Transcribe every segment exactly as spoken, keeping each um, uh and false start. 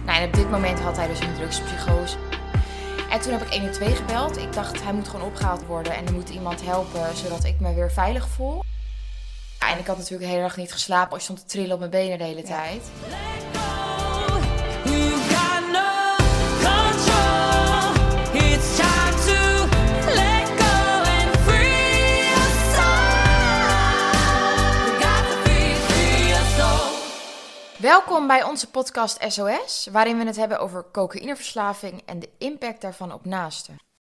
Nou, en op dit moment had hij dus een drugspsychose. En toen heb ik honderdtwaalf gebeld. Ik dacht, hij moet gewoon opgehaald worden en er moet iemand helpen, zodat ik me weer veilig voel. Ja, en ik had natuurlijk de hele dag niet geslapen. Ik stond te trillen op mijn benen de hele tijd. Ja. Welkom bij onze podcast S O S, waarin we het hebben over cocaïneverslaving en de impact daarvan op naasten.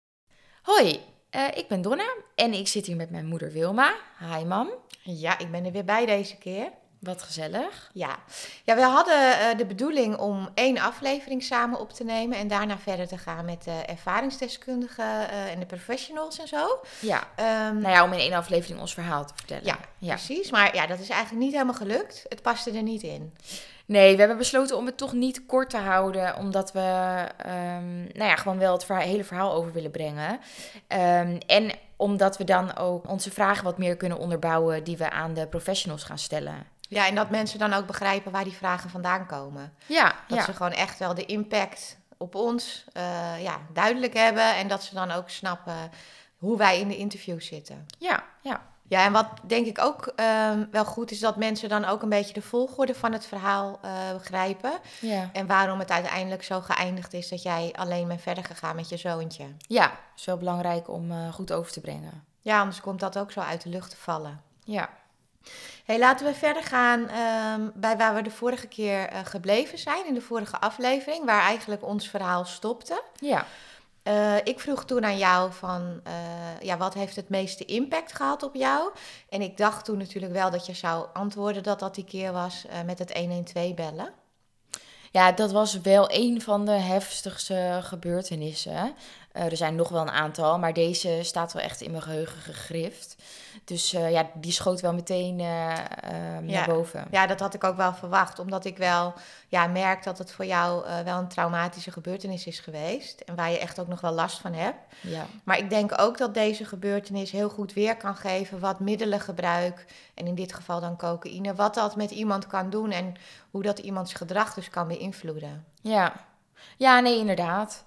Hoi, uh, ik ben Donna en ik zit hier met mijn moeder Wilma. Hi mam. Ja, ik ben er weer bij deze keer. Wat gezellig. Ja, ja we hadden uh, de bedoeling om één aflevering samen op te nemen en daarna verder te gaan met de ervaringsdeskundigen uh, en de professionals en zo. Ja, um, nou ja, om in één aflevering ons verhaal te vertellen. Ja, ja, precies. Maar ja, dat is eigenlijk niet helemaal gelukt. Het paste er niet in. Nee, we hebben besloten om het toch niet kort te houden, omdat we um, nou ja, gewoon wel het verhaal, hele verhaal over willen brengen. Um, en omdat we dan ook onze vragen wat meer kunnen onderbouwen die we aan de professionals gaan stellen. Ja, en dat mensen dan ook begrijpen waar die vragen vandaan komen. Ja, dat ja. ze gewoon echt wel de impact op ons uh, ja, duidelijk hebben en dat ze dan ook snappen hoe wij in de interview zitten. Ja, ja. Ja, en wat denk ik ook uh, wel goed is, dat mensen dan ook een beetje de volgorde van het verhaal uh, begrijpen. Ja. En waarom het uiteindelijk zo geëindigd is dat jij alleen bent verder gegaan met je zoontje. Ja, dat is wel belangrijk om uh, goed over te brengen. Ja, anders komt dat ook zo uit de lucht te vallen. Ja. Hey, laten we verder gaan uh, bij waar we de vorige keer uh, gebleven zijn, in de vorige aflevering, waar eigenlijk ons verhaal stopte. Ja. Uh, ik vroeg toen aan jou van, uh, ja, wat heeft het meeste impact gehad op jou? En ik dacht toen natuurlijk wel dat je zou antwoorden dat dat die keer was uh, met het honderdtwaalf bellen. Ja, dat was wel een van de heftigste gebeurtenissen. Uh, er zijn nog wel een aantal, maar deze staat wel echt in mijn geheugen gegrift. Dus uh, ja, die schoot wel meteen uh, uh, ja. naar boven. Ja, dat had ik ook wel verwacht, omdat ik wel ja, merk dat het voor jou uh, wel een traumatische gebeurtenis is geweest. En waar je echt ook nog wel last van hebt. Ja. Maar ik denk ook dat deze gebeurtenis heel goed weer kan geven wat middelengebruik, en in dit geval dan cocaïne, wat dat met iemand kan doen en hoe dat iemands gedrag dus kan beïnvloeden. Ja, ja nee, inderdaad.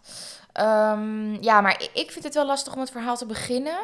Um, ja, maar ik vind het wel lastig om het verhaal te beginnen.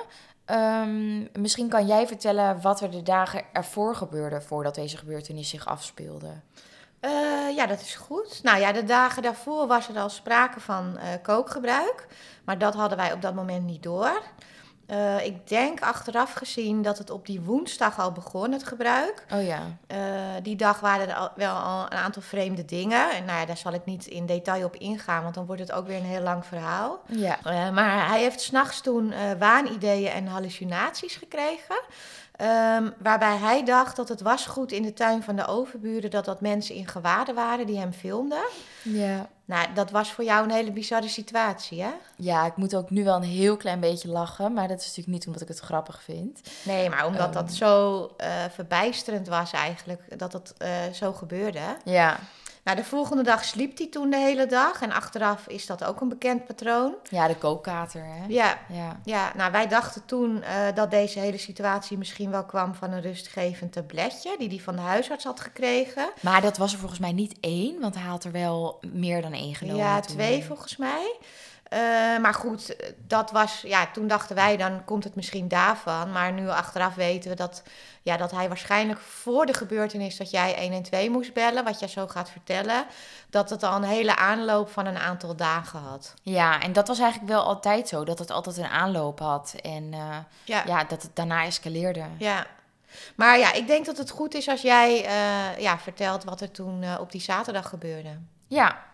Um, misschien kan jij vertellen wat er de dagen ervoor gebeurde voordat deze gebeurtenis zich afspeelde. Uh, ja, dat is goed. Nou ja, de dagen daarvoor was er al sprake van uh, kookgebruik, maar dat hadden wij op dat moment niet door. Uh, ik denk achteraf gezien dat het op die woensdag al begon, het gebruik. Oh ja. Uh, die dag waren er al, wel al een aantal vreemde dingen. En nou ja, daar zal ik niet in detail op ingaan, want dan wordt het ook weer een heel lang verhaal. Ja. Uh, maar hij heeft 's nachts toen uh, waanideeën en hallucinaties gekregen. Um, waarbij hij dacht dat het wasgoed in de tuin van de overburen, dat dat mensen in gewaden waren die hem filmden. Ja. Nou, dat was voor jou een hele bizarre situatie, hè? Ja, ik moet ook nu wel een heel klein beetje lachen, maar dat is natuurlijk niet omdat ik het grappig vind. Nee, maar omdat um. dat zo uh, verbijsterend was eigenlijk, dat het uh, zo gebeurde. Ja. Nou, de volgende dag sliep hij toen de hele dag. En achteraf is dat ook een bekend patroon. Ja, de kookkater, hè? Ja, ja. ja nou wij dachten toen uh, dat deze hele situatie misschien wel kwam van een rustgevend tabletje die hij van de huisarts had gekregen. Maar dat was er volgens mij niet één, want hij had er wel meer dan één genomen. Ja, toen. twee volgens mij. Uh, maar goed, dat was, ja, toen dachten wij, dan komt het misschien daarvan. Maar nu achteraf weten we dat, ja, dat hij waarschijnlijk voor de gebeurtenis dat jij honderdtwaalf moest bellen, wat jij zo gaat vertellen, dat het al een hele aanloop van een aantal dagen had. Ja, en dat was eigenlijk wel altijd zo, dat het altijd een aanloop had en uh, ja. ja, dat het daarna escaleerde. Ja. Maar ja, ik denk dat het goed is als jij uh, ja, vertelt wat er toen uh, op die zaterdag gebeurde. Ja.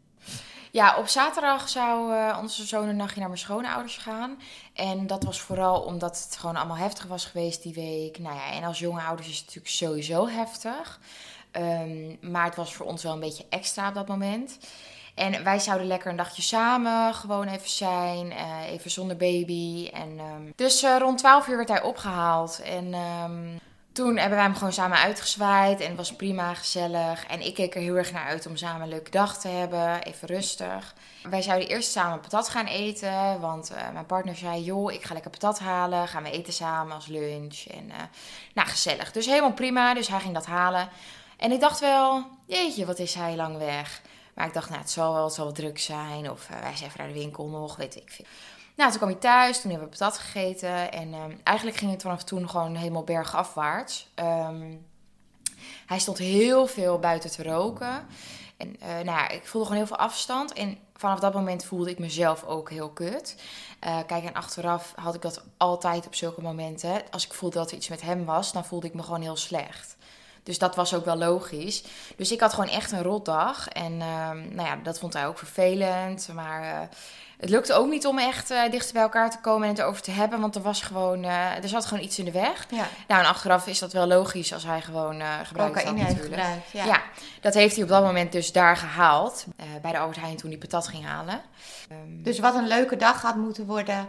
Ja, op zaterdag zou uh, onze zoon een nachtje naar mijn schoonouders gaan. En dat was vooral omdat het gewoon allemaal heftig was geweest die week. Nou ja, en als jonge ouders is het natuurlijk sowieso heftig. Um, maar het was voor ons wel een beetje extra op dat moment. En wij zouden lekker een dagje samen gewoon even zijn. Uh, even zonder baby. En, um, dus uh, rond twaalf uur werd hij opgehaald. En um, toen hebben wij hem gewoon samen uitgezwaaid. En het was prima, gezellig. En ik keek er heel erg naar uit om samen een leuke dag te hebben. Even rustig. Wij zouden eerst samen patat gaan eten. Want uh, mijn partner zei, joh, ik ga lekker patat halen. Gaan we eten samen als lunch. En uh, nou, gezellig. Dus helemaal prima. Dus hij ging dat halen. En ik dacht wel, jeetje, wat is hij lang weg. Maar ik dacht, nou, het zal wel, het zal wel druk zijn. Of uh, wij zijn even naar de winkel nog, weet ik veel. Nou, toen kwam ik thuis, toen hebben we patat gegeten. En um, eigenlijk ging het vanaf toen gewoon helemaal bergafwaarts. Um, hij stond heel veel buiten te roken. En uh, nou ja, ik voelde gewoon heel veel afstand. En vanaf dat moment voelde ik mezelf ook heel kut. Uh, kijk, en achteraf had ik dat altijd op zulke momenten. Als ik voelde dat er iets met hem was, dan voelde ik me gewoon heel slecht. Dus dat was ook wel logisch. Dus ik had gewoon echt een rotdag. En uh, nou ja, dat vond hij ook vervelend. Maar uh, het lukte ook niet om echt uh, dichter bij elkaar te komen en het erover te hebben. Want er was gewoon, uh, er zat gewoon iets in de weg. Ja. Nou, en achteraf is dat wel logisch als hij gewoon uh, gebruikt had natuurlijk. Gebruikt, ja. ja, dat heeft hij op dat moment dus daar gehaald. Uh, bij de Albert Heijn toen hij patat ging halen. Um, dus wat een leuke dag had moeten worden...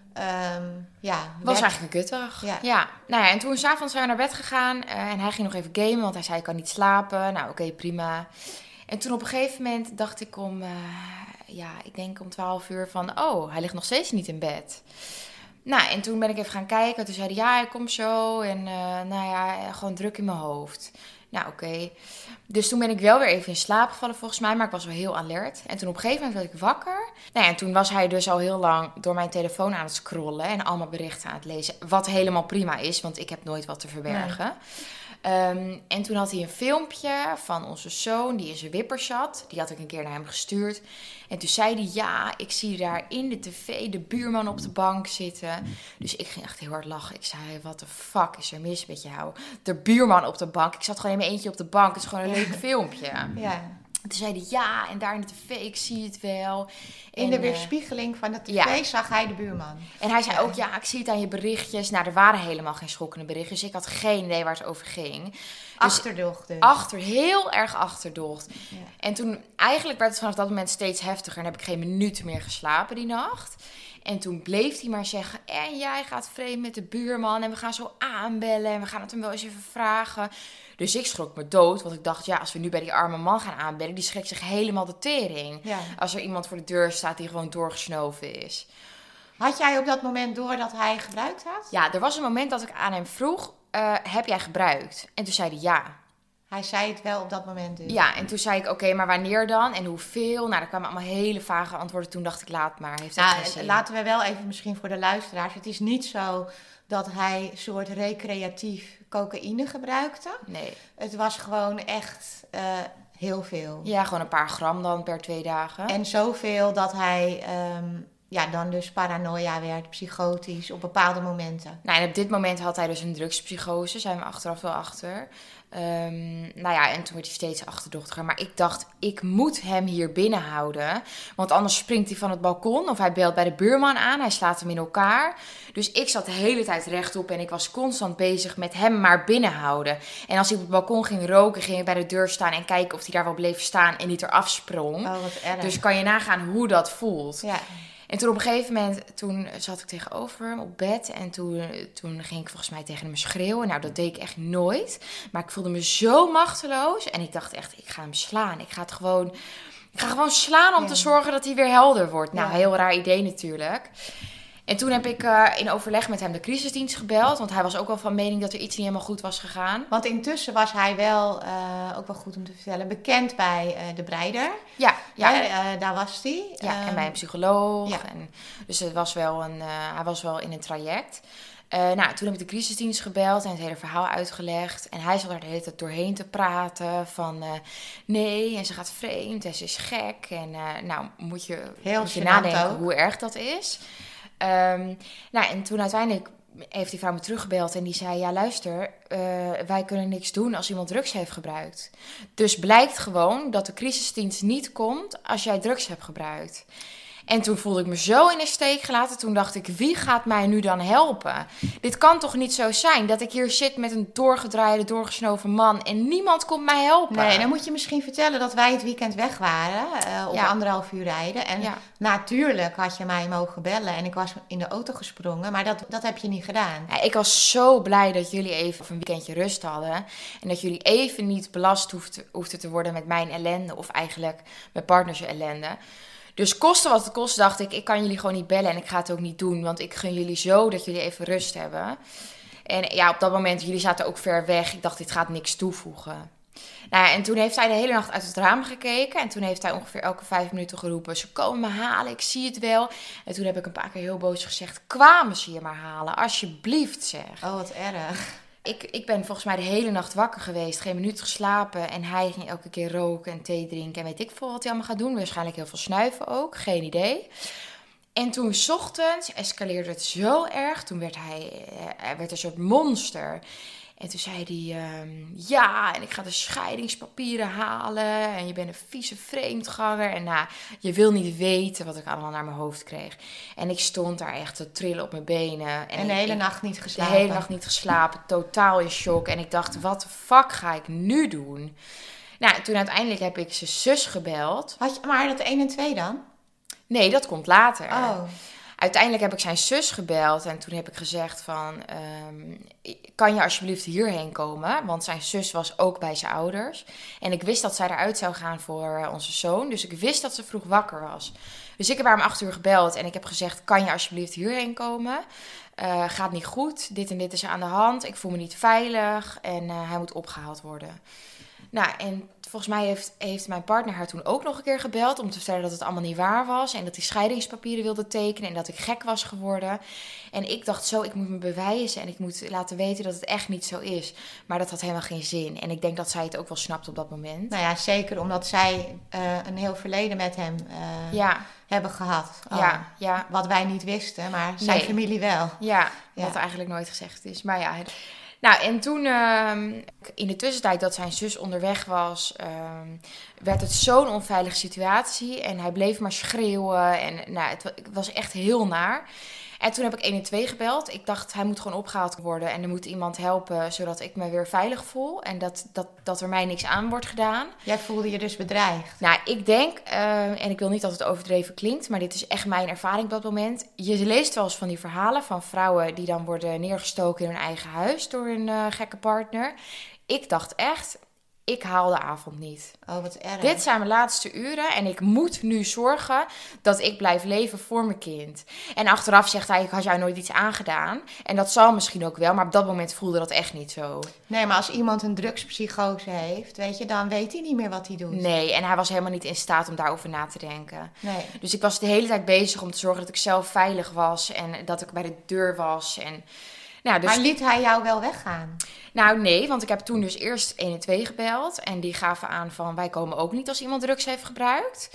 Um, ja, was eigenlijk een kutdag. Ja. ja. Nou ja, en toen s'avonds zijn we naar bed gegaan. Uh, en hij ging nog even gamen, want hij zei ik kan niet slapen. Nou, oké, okay, prima. En toen op een gegeven moment dacht ik om... Uh, ja, ik denk om twaalf uur van... Oh, hij ligt nog steeds niet in bed. Nou, en toen ben ik even gaan kijken. Toen zei hij, ja, hij komt zo. En uh, nou ja, gewoon druk in mijn hoofd. Nou, oké. Okay. Dus toen ben ik wel weer even in slaap gevallen volgens mij. Maar ik was wel heel alert. En toen op een gegeven moment werd ik wakker. Nou ja, en toen was hij dus al heel lang door mijn telefoon aan het scrollen. En allemaal berichten aan het lezen. Wat helemaal prima is, want ik heb nooit wat te verbergen. Nee. Um, en toen had hij een filmpje van onze zoon die in zijn wipper zat. Die had ik een keer naar hem gestuurd. En toen zei hij, ja, ik zie daar in de tv de buurman op de bank zitten. Dus ik ging echt heel hard lachen. Ik zei, wat de fuck is er mis met jou? De buurman op de bank. Ik zat gewoon in mijn eentje op de bank. Het is gewoon een leuk filmpje. Ja. Toen zei hij, ja, en daar in de tv, ik zie het wel. In en, de weerspiegeling van de tv ja. zag hij de buurman. En hij zei ja. ook, ja, ik zie het aan je berichtjes. Nou, er waren helemaal geen schokkende berichtjes. Ik had geen idee waar het over ging. Dus achterdocht dus. Achter, heel erg achterdocht. Ja. En toen, eigenlijk werd het vanaf dat moment steeds heftiger. En heb ik geen minuut meer geslapen die nacht. En toen bleef hij maar zeggen, en jij gaat vreemd met de buurman. En we gaan zo aanbellen. En we gaan het hem wel eens even vragen. Dus ik schrok me dood, want ik dacht, ja, als we nu bij die arme man gaan aanbellen, die schrikt zich helemaal de tering. Ja. Als er iemand voor de deur staat die gewoon doorgesnoven is. Had jij op dat moment door dat hij gebruikt had? Ja, er was een moment dat ik aan hem vroeg, uh, heb jij gebruikt? En toen zei hij ja. Hij zei het wel op dat moment dus. Ja, en toen zei ik, oké, okay, maar wanneer dan? En hoeveel? Nou, er kwamen allemaal hele vage antwoorden. Toen dacht ik, laat maar. Heeft nou, geen zin. Laten we wel even misschien voor de luisteraars. Het is niet zo dat hij soort recreatief cocaïne gebruikte. Nee. Het was gewoon echt uh, heel veel. Ja, gewoon een paar gram dan per twee dagen. En zoveel dat hij um, ja, dan dus paranoia werd, psychotisch op bepaalde momenten. Nou, en op dit moment had hij dus een drugspsychose. Zijn we achteraf wel achter. Um, nou ja, en toen werd hij steeds achterdochtiger. Maar ik dacht, ik moet hem hier binnen houden. Want anders springt hij van het balkon. Of hij belt bij de buurman aan. Hij slaat hem in elkaar. Dus ik zat de hele tijd rechtop. En ik was constant bezig met hem maar binnenhouden. En als hij op het balkon ging roken, ging ik bij de deur staan. En kijken of hij daar wel bleef staan en niet eraf sprong. Oh, wat erg. Dus kan je nagaan hoe dat voelt. Ja. En toen op een gegeven moment, toen zat ik tegenover hem op bed. En toen, toen ging ik volgens mij tegen hem schreeuwen. Nou, dat deed ik echt nooit. Maar ik voelde me zo machteloos. En ik dacht echt, ik ga hem slaan. Ik ga het gewoon, ik ga gewoon slaan om ja. te zorgen dat hij weer helder wordt. Nou, ja. heel raar idee natuurlijk. En toen heb ik uh, in overleg met hem de crisisdienst gebeld. Want hij was ook wel van mening dat er iets niet helemaal goed was gegaan. Want intussen was hij wel, uh, ook wel goed om te vertellen, bekend bij uh, de breider. Ja, ja. ja uh, daar was hij. Ja, um, en bij een psycholoog. Ja. En, dus het was wel een, uh, hij was wel in een traject. Uh, nou, toen heb ik de crisisdienst gebeld en het hele verhaal uitgelegd. En hij zat er de hele tijd doorheen te praten van uh, nee, en ze gaat vreemd en ze is gek. En uh, nou, moet je, Heel moet je nadenken ook. Hoe erg dat is. Um, nou, en toen uiteindelijk heeft die vrouw me teruggebeld en die zei, ja luister, uh, wij kunnen niks doen als iemand drugs heeft gebruikt. Dus blijkt gewoon dat de crisisdienst niet komt als jij drugs hebt gebruikt. En toen voelde ik me zo in de steek gelaten. Toen dacht ik, wie gaat mij nu dan helpen? Dit kan toch niet zo zijn dat ik hier zit met een doorgedraaide, doorgesnoven man en niemand komt mij helpen? Nee, dan moet je misschien vertellen dat wij het weekend weg waren. Uh, op ja. anderhalf uur rijden. En ja. natuurlijk had je mij mogen bellen en ik was in de auto gesprongen. Maar dat, dat heb je niet gedaan. Ja, ik was zo blij dat jullie even een weekendje rust hadden. En dat jullie even niet belast hoefden, hoefden te worden met mijn ellende. Of eigenlijk mijn partners ellende. Dus koste wat het kost, dacht ik, ik kan jullie gewoon niet bellen en ik ga het ook niet doen. Want ik gun jullie zo dat jullie even rust hebben. En ja, op dat moment, jullie zaten ook ver weg. Ik dacht, dit gaat niks toevoegen. Nou ja, en toen heeft hij de hele nacht uit het raam gekeken. En toen heeft hij ongeveer elke vijf minuten geroepen: ze komen me halen, ik zie het wel. En toen heb ik een paar keer heel boos gezegd: kwamen ze je maar halen, alsjeblieft zeg. Oh, wat erg. Ik, ik ben volgens mij de hele nacht wakker geweest, geen minuut geslapen. En hij ging elke keer roken en thee drinken. En weet ik veel wat hij allemaal gaat doen. Waarschijnlijk heel veel snuiven ook, geen idee. En toen 's ochtends escaleerde het zo erg. Toen werd hij, hij werd een soort monster. En toen zei hij, um, ja, en ik ga de scheidingspapieren halen. En je bent een vieze vreemdganger. En nou, je wil niet weten wat ik allemaal naar mijn hoofd kreeg. En ik stond daar echt te trillen op mijn benen. En de hele ik, nacht niet De geslapen. hele nacht niet geslapen, totaal in shock. En ik dacht, wat de fuck ga ik nu doen? Nou, toen uiteindelijk heb ik zijn zus gebeld. Had je, maar dat één en twee dan? Nee, dat komt later. Oh. Uiteindelijk heb ik zijn zus gebeld en toen heb ik gezegd van, um, kan je alsjeblieft hierheen komen? Want zijn zus was ook bij zijn ouders. En ik wist dat zij eruit zou gaan voor onze zoon, dus ik wist dat ze vroeg wakker was. Dus ik heb haar om acht uur gebeld en ik heb gezegd, kan je alsjeblieft hierheen komen? Uh, gaat niet goed, dit en dit is aan de hand, ik voel me niet veilig en uh, hij moet opgehaald worden. Nou, en volgens mij heeft, heeft mijn partner haar toen ook nog een keer gebeld om te vertellen dat het allemaal niet waar was. En dat hij scheidingspapieren wilde tekenen en dat ik gek was geworden. En ik dacht zo, ik moet me bewijzen en ik moet laten weten dat het echt niet zo is. Maar dat had helemaal geen zin. En ik denk dat zij het ook wel snapt op dat moment. Nou ja, zeker omdat zij uh, een heel verleden met hem uh, ja. hebben gehad. Oh, ja, ja. Wat wij niet wisten, maar zijn nee. familie wel. Ja, ja, wat eigenlijk nooit gezegd is. Maar ja... Nou, en toen, uh, in de tussentijd dat zijn zus onderweg was, uh, werd het zo'n onveilige situatie. En hij bleef maar schreeuwen en nou, het, het was echt heel naar. En toen heb ik één en twee gebeld. Ik dacht, hij moet gewoon opgehaald worden en er moet iemand helpen, zodat ik me weer veilig voel. En dat, dat, dat er mij niks aan wordt gedaan. Jij voelde je dus bedreigd? Nou, ik denk, uh, en ik wil niet dat het overdreven klinkt, maar dit is echt mijn ervaring op dat moment. Je leest wel eens van die verhalen van vrouwen die dan worden neergestoken in hun eigen huis door een uh, gekke partner. Ik dacht echt, ik haal de avond niet. Oh, wat erg. Dit zijn mijn laatste uren en ik moet nu zorgen dat ik blijf leven voor mijn kind. En achteraf zegt hij, ik had jou nooit iets aangedaan. En dat zal misschien ook wel, maar op dat moment voelde dat echt niet zo. Nee, maar als iemand een drugspsychose heeft, weet je, dan weet hij niet meer wat hij doet. Nee, en hij was helemaal niet in staat om daarover na te denken. Nee. Dus ik was de hele tijd bezig om te zorgen dat ik zelf veilig was en dat ik bij de deur was. En, nou, dus... Maar liet hij jou wel weggaan? Nou nee, want ik heb toen dus eerst één en twee gebeld. En die gaven aan van, wij komen ook niet als iemand drugs heeft gebruikt.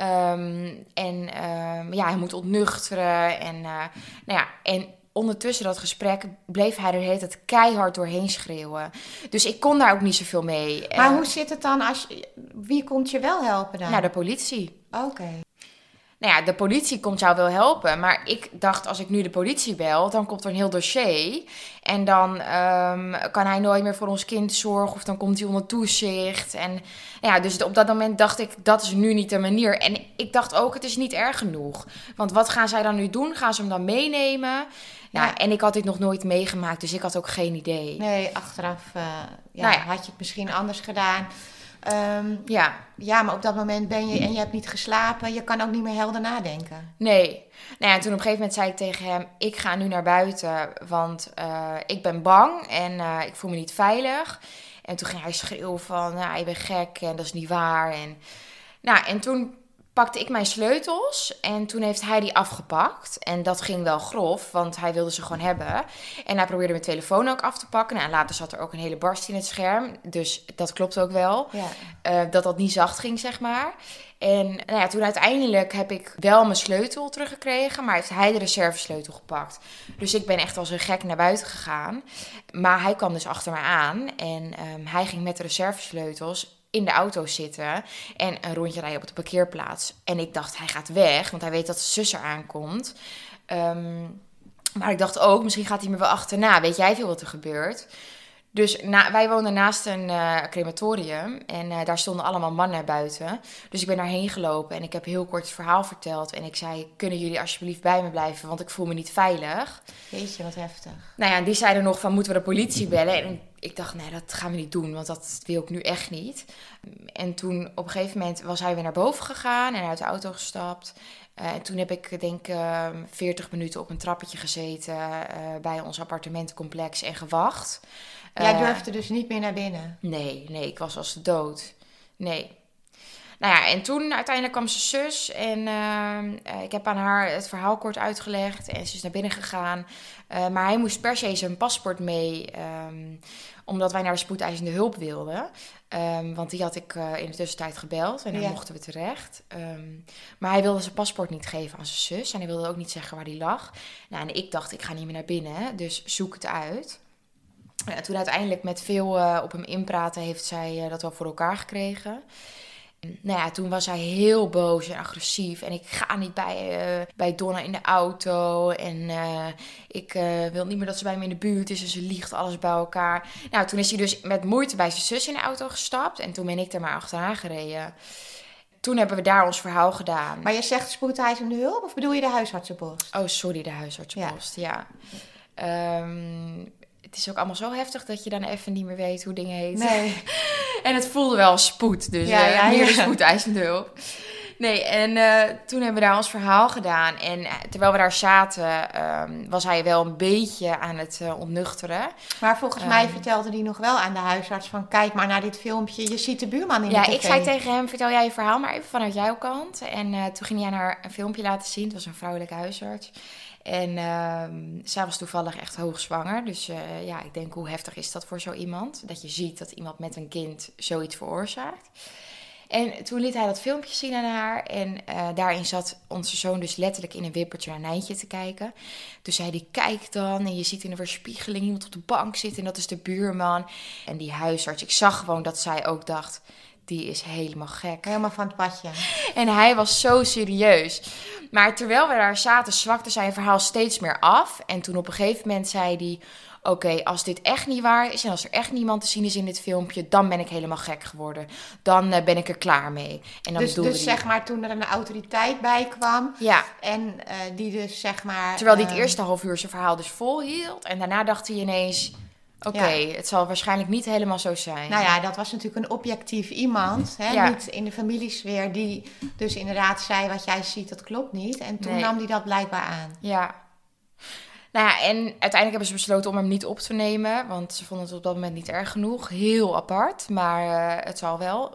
Um, en um, ja, hij moet ontnuchteren. En, uh, nou ja, en ondertussen dat gesprek bleef hij er de hele tijd keihard doorheen schreeuwen. Dus ik kon daar ook niet zoveel mee. Maar uh, hoe zit het dan als... Wie komt je wel helpen dan? Nou, de politie. Oké. Okay. Nou ja, de politie komt jou wel helpen. Maar ik dacht, als ik nu de politie bel, dan komt er een heel dossier. En dan um, kan hij nooit meer voor ons kind zorgen. Of dan komt hij onder toezicht. En ja, dus op dat moment dacht ik, dat is nu niet de manier. En ik dacht ook, het is niet erg genoeg. Want wat gaan zij dan nu doen? Gaan ze hem dan meenemen? Nou, ja. En ik had dit nog nooit meegemaakt, dus ik had ook geen idee. Nee, achteraf uh, ja, nou ja. had je het misschien anders gedaan. Um, ja. ja, maar op dat moment ben je en je hebt niet geslapen. Je kan ook niet meer helder nadenken. Nee. Nou ja, en toen op een gegeven moment zei ik tegen hem, ik ga nu naar buiten, want uh, ik ben bang en uh, ik voel me niet veilig. En toen ging hij schreeuwen van, nou, je bent gek en dat is niet waar. En, nou, en toen pakte ik mijn sleutels en toen heeft hij die afgepakt. En dat ging wel grof, want hij wilde ze gewoon hebben. En hij probeerde mijn telefoon ook af te pakken. Nou, en later zat er ook een hele barst in het scherm. Dus dat klopt ook wel. Ja. Uh, dat dat niet zacht ging, zeg maar. En nou ja, toen uiteindelijk heb ik wel mijn sleutel teruggekregen, maar heeft hij de reservesleutel gepakt. Dus ik ben echt als een gek naar buiten gegaan. Maar hij kwam dus achter me aan en um, hij ging met de reservesleutels in de auto zitten en een rondje rijden op de parkeerplaats. En ik dacht, hij gaat weg, want hij weet dat zijn zus er aankomt. Um, maar ik dacht ook, misschien gaat hij me wel achterna. Weet jij veel wat er gebeurt? Dus na, wij woonden naast een uh, crematorium en uh, daar stonden allemaal mannen buiten. Dus ik ben daarheen gelopen en ik heb heel kort het verhaal verteld. En ik zei, kunnen jullie alsjeblieft bij me blijven, want ik voel me niet veilig. Jeetje, wat heftig. Nou ja, en die zeiden nog van, moeten we de politie bellen? En ik dacht, nee, dat gaan we niet doen, want dat wil ik nu echt niet. En toen op een gegeven moment was hij weer naar boven gegaan en uit de auto gestapt. Uh, en toen heb ik denk ik uh, veertig minuten op een trappetje gezeten uh, bij ons appartementencomplex en gewacht. Jij Uh, durfde dus niet meer naar binnen? Nee, nee, ik was als de dood. Nee. Nou ja, en toen uiteindelijk kwam zijn zus en uh, ik heb aan haar het verhaal kort uitgelegd en ze is naar binnen gegaan. Uh, maar hij moest per se zijn paspoort mee, um, omdat wij naar de spoedeisende hulp wilden. Um, want die had ik uh, in de tussentijd gebeld en dan ja. mochten we terecht. Um, maar hij wilde zijn paspoort niet geven aan zijn zus en hij wilde ook niet zeggen waar die lag. Nou, en ik dacht, ik ga niet meer naar binnen, dus zoek het uit. Ja, toen uiteindelijk met veel uh, op hem inpraten heeft zij uh, dat wel voor elkaar gekregen. Nou ja, toen was hij heel boos en agressief. En ik ga niet bij, uh, bij Donna in de auto. En uh, ik uh, wil niet meer dat ze bij me in de buurt is. En ze liegt alles bij elkaar. Nou, toen is hij dus met moeite bij zijn zus in de auto gestapt. En toen ben ik er maar achteraan gereden. Toen hebben we daar ons verhaal gedaan. Maar je zegt spoedeisende hulp of bedoel je de huisartsenpost? Oh, sorry, de huisartsenpost, ja. ja. Um, het is ook allemaal zo heftig dat je dan even niet meer weet hoe dingen heten. Nee. En het voelde wel als spoed, dus ja, ja, uh, meer ja. de spoedeisende hulp. Nee, en uh, toen hebben we daar ons verhaal gedaan. En uh, terwijl we daar zaten, um, was hij wel een beetje aan het uh, ontnuchteren. Maar volgens um, mij vertelde hij nog wel aan de huisarts van... kijk maar naar dit filmpje, je ziet de buurman in ja, de tv. Ja, ik zei tegen hem, vertel jij je verhaal maar even vanuit jouw kant. En uh, toen ging hij aan haar een filmpje laten zien. Het was een vrouwelijke huisarts. En uh, zij was toevallig echt hoogzwanger. Dus uh, ja, ik denk, hoe heftig is dat voor zo iemand? Dat je ziet dat iemand met een kind zoiets veroorzaakt. En toen liet hij dat filmpje zien aan haar. En uh, daarin zat onze zoon dus letterlijk in een wippertje naar Nijntje te kijken. Dus hij die kijkt dan en je ziet in de weerspiegeling iemand op de bank zitten. En dat is de buurman. En die huisarts, ik zag gewoon dat zij ook dacht... die is helemaal gek. Helemaal van het padje. En hij was zo serieus. Maar terwijl we daar zaten, zwakte zijn verhaal steeds meer af. En toen op een gegeven moment zei hij... oké, okay, als dit echt niet waar is... en als er echt niemand te zien is in dit filmpje... dan ben ik helemaal gek geworden. Dan uh, ben ik er klaar mee. En dan dus dus die... zeg maar toen er een autoriteit bij kwam... ja. en uh, die dus zeg maar... Terwijl hij uh... het eerste half uur zijn verhaal dus volhield... en daarna dacht hij ineens... Oké, okay, ja. Het zal waarschijnlijk niet helemaal zo zijn. Nou ja, dat was natuurlijk een objectief iemand. Hè? Ja. Niet in de familiesfeer die dus inderdaad zei... wat jij ziet, dat klopt niet. En toen nee. nam hij dat blijkbaar aan. Ja. Nou ja, en uiteindelijk hebben ze besloten om hem niet op te nemen. Want ze vonden het op dat moment niet erg genoeg. Heel apart, maar uh, het zal wel.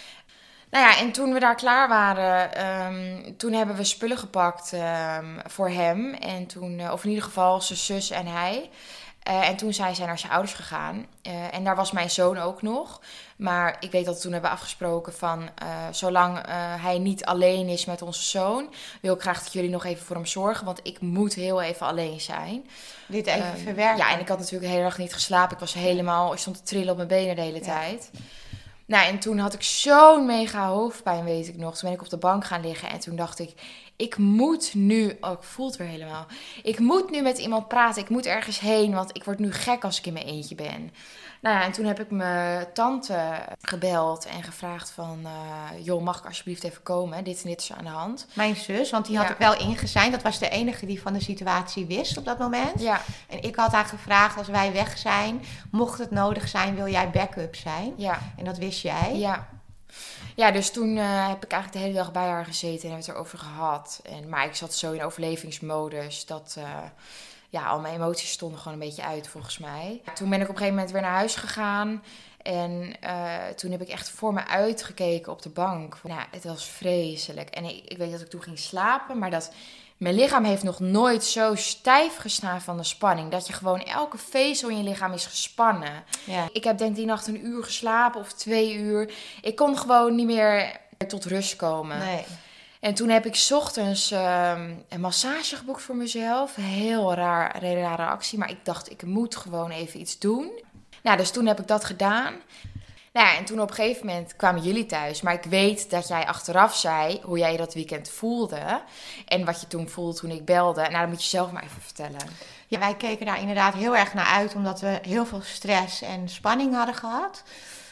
Nou ja, en toen we daar klaar waren, um, toen hebben we spullen gepakt um, voor hem. En toen, uh, of in ieder geval zijn zus en hij... Uh, en toen zijn zij naar zijn ouders gegaan. Uh, en daar was mijn zoon ook nog. Maar ik weet dat we toen hebben afgesproken van... Uh, zolang uh, hij niet alleen is met onze zoon... wil ik graag dat jullie nog even voor hem zorgen. Want ik moet heel even alleen zijn. Dit even um, verwerken. Ja, en ik had natuurlijk de hele dag niet geslapen. Ik was helemaal... Ik stond te trillen op mijn benen de hele ja. tijd. Nou, en toen had ik zo'n mega hoofdpijn, weet ik nog. Toen ben ik op de bank gaan liggen. En toen dacht ik... Ik moet nu... Oh, ik voel het weer helemaal. Ik moet nu met iemand praten. Ik moet ergens heen, want ik word nu gek als ik in mijn eentje ben. Nou ja, en toen heb ik mijn tante gebeld en gevraagd van... Uh, joh, mag ik alsjeblieft even komen? Dit en dit is aan de hand. Mijn zus, want die had ja. ik wel ingezijnd. Dat was de enige die van de situatie wist op dat moment. Ja. En ik had haar gevraagd, als wij weg zijn... mocht het nodig zijn, wil jij backup zijn? Ja. En dat wist jij. Ja. Ja, dus toen uh, heb ik eigenlijk de hele dag bij haar gezeten en hebben het erover gehad. En, maar ik zat zo in overlevingsmodus dat uh, ja, al mijn emoties stonden gewoon een beetje uit volgens mij. Toen ben ik op een gegeven moment weer naar huis gegaan en uh, toen heb ik echt voor me uitgekeken op de bank. Nou, het was vreselijk en ik, ik weet dat ik toen ging slapen, maar dat... Mijn lichaam heeft nog nooit zo stijf gestaan van de spanning. Dat je gewoon elke vezel in je lichaam is gespannen. Ja. Ik heb denk ik die nacht een uur geslapen of twee uur. Ik kon gewoon niet meer tot rust komen. Nee. En toen heb ik 's ochtends um, een massage geboekt voor mezelf. Heel raar, hele rare actie. Maar ik dacht, ik moet gewoon even iets doen. Nou, dus toen heb ik dat gedaan. Nou ja, en toen op een gegeven moment kwamen jullie thuis. Maar ik weet dat jij achteraf zei hoe jij je dat weekend voelde. En wat je toen voelde toen ik belde. Nou, dat moet je zelf maar even vertellen. Ja, wij keken daar inderdaad heel erg naar uit. Omdat we heel veel stress en spanning hadden gehad.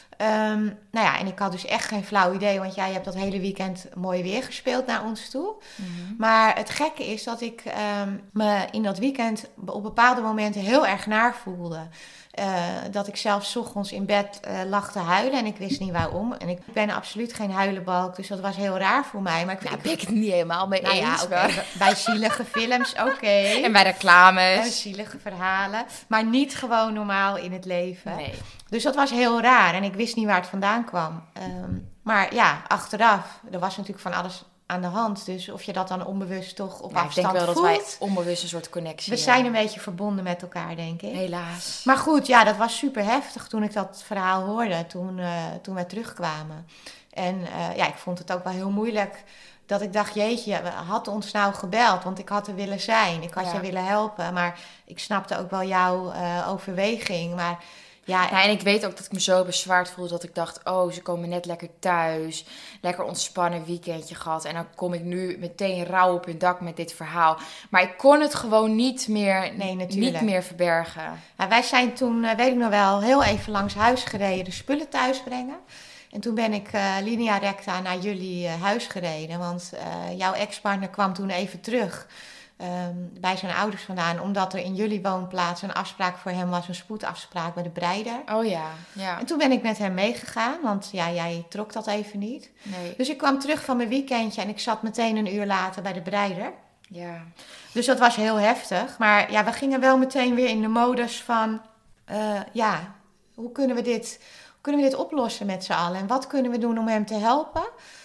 Um, nou ja, en ik had dus echt geen flauw idee. Want jij hebt dat hele weekend mooi weer gespeeld naar ons toe. Mm-hmm. Maar het gekke is dat ik um, me in dat weekend op bepaalde momenten heel erg naar voelde. Uh, dat ik zelfs 's ochtends in bed uh, lag te huilen en ik wist niet waarom. En ik ben absoluut geen huilenbalk, dus dat was heel raar voor mij. Maar ik, nou, ik ben ik het niet helemaal mee nou eens. Ja, okay, bij zielige films, oké. Okay. En bij reclames. En zielige verhalen. Maar niet gewoon normaal in het leven. Nee. Dus dat was heel raar en ik wist niet waar het vandaan kwam. Um, maar ja, achteraf, er was natuurlijk van alles aan de hand. Dus of je dat dan onbewust toch op ja, afstand voelt. Ik denk wel voelt, dat wij onbewust een soort connectie We zijn hebben. Een beetje verbonden met elkaar, denk ik. Helaas. Maar goed, ja, dat was super heftig toen ik dat verhaal hoorde. Toen, uh, toen wij terugkwamen. En uh, ja, ik vond het ook wel heel moeilijk. Dat ik dacht, jeetje, had ons nou gebeld? Want ik had er willen zijn. Ik had ja. je willen helpen. Maar ik snapte ook wel jouw uh, overweging. Maar... Ja, ja, en ik weet ook dat ik me zo bezwaard voelde dat ik dacht... oh, ze komen net lekker thuis. Lekker ontspannen weekendje gehad. En dan kom ik nu meteen rauw op hun dak met dit verhaal. Maar ik kon het gewoon niet meer, nee, niet meer verbergen. Ja, wij zijn toen, weet ik nog wel, heel even langs huis gereden... de spullen thuis brengen. En toen ben ik uh, linea recta naar jullie uh, huis gereden. Want uh, jouw ex-partner kwam toen even terug... Um, bij zijn ouders vandaan, omdat er in jullie woonplaats een afspraak voor hem was, een spoedafspraak bij de breider. Oh ja, ja. En toen ben ik met hem meegegaan, want ja, jij trok dat even niet. Nee. Dus ik kwam terug van mijn weekendje en ik zat meteen een uur later bij de breider. Ja. Dus dat was heel heftig. Maar ja, we gingen wel meteen weer in de modus van, uh, ja, hoe kunnen we dit, hoe kunnen we dit oplossen met z'n allen? En wat kunnen we doen om hem te helpen?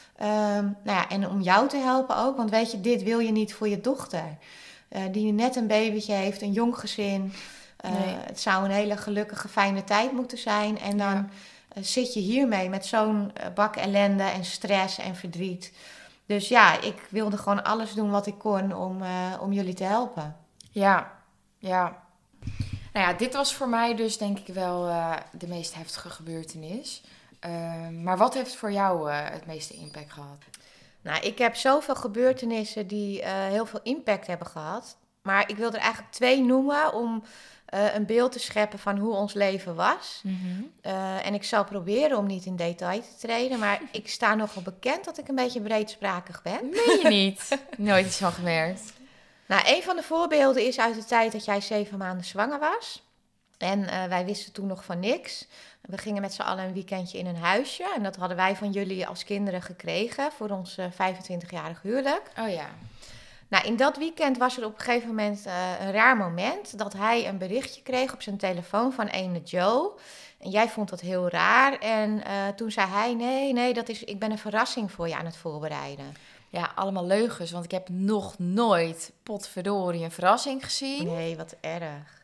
Um, nou ja, en om jou te helpen ook. Want weet je, dit wil je niet voor je dochter. Uh, die net een babytje heeft, een jong gezin. Uh, nee. Het zou een hele gelukkige, fijne tijd moeten zijn. En dan ja. uh, zit je hiermee met zo'n uh, bak ellende en stress en verdriet. Dus ja, ik wilde gewoon alles doen wat ik kon om, uh, om jullie te helpen. Ja, ja. Nou ja, dit was voor mij dus denk ik wel uh, de meest heftige gebeurtenis. Uh, maar wat heeft voor jou uh, het meeste impact gehad? Nou, ik heb zoveel gebeurtenissen die uh, heel veel impact hebben gehad. Maar ik wil er eigenlijk twee noemen om uh, een beeld te scheppen van hoe ons leven was. Mm-hmm. Uh, en ik zal proberen om niet in detail te treden. Maar ik sta nogal bekend dat ik een beetje breedsprakig ben. Meen je niet? Nooit iets van gemerkt. Nou, een van de voorbeelden is uit de tijd dat jij zeven maanden zwanger was. En uh, wij wisten toen nog van niks. We gingen met z'n allen een weekendje in een huisje. En dat hadden wij van jullie als kinderen gekregen voor ons uh, vijfentwintigjarig huwelijk. Oh ja. Nou, in dat weekend was er op een gegeven moment uh, een raar moment... dat hij een berichtje kreeg op zijn telefoon van ene Joe. En jij vond dat heel raar. En uh, toen zei hij, nee, nee, dat is, ik ben een verrassing voor je aan het voorbereiden. Ja, allemaal leugens, want ik heb nog nooit, potverdorie, een verrassing gezien. Nee, wat erg.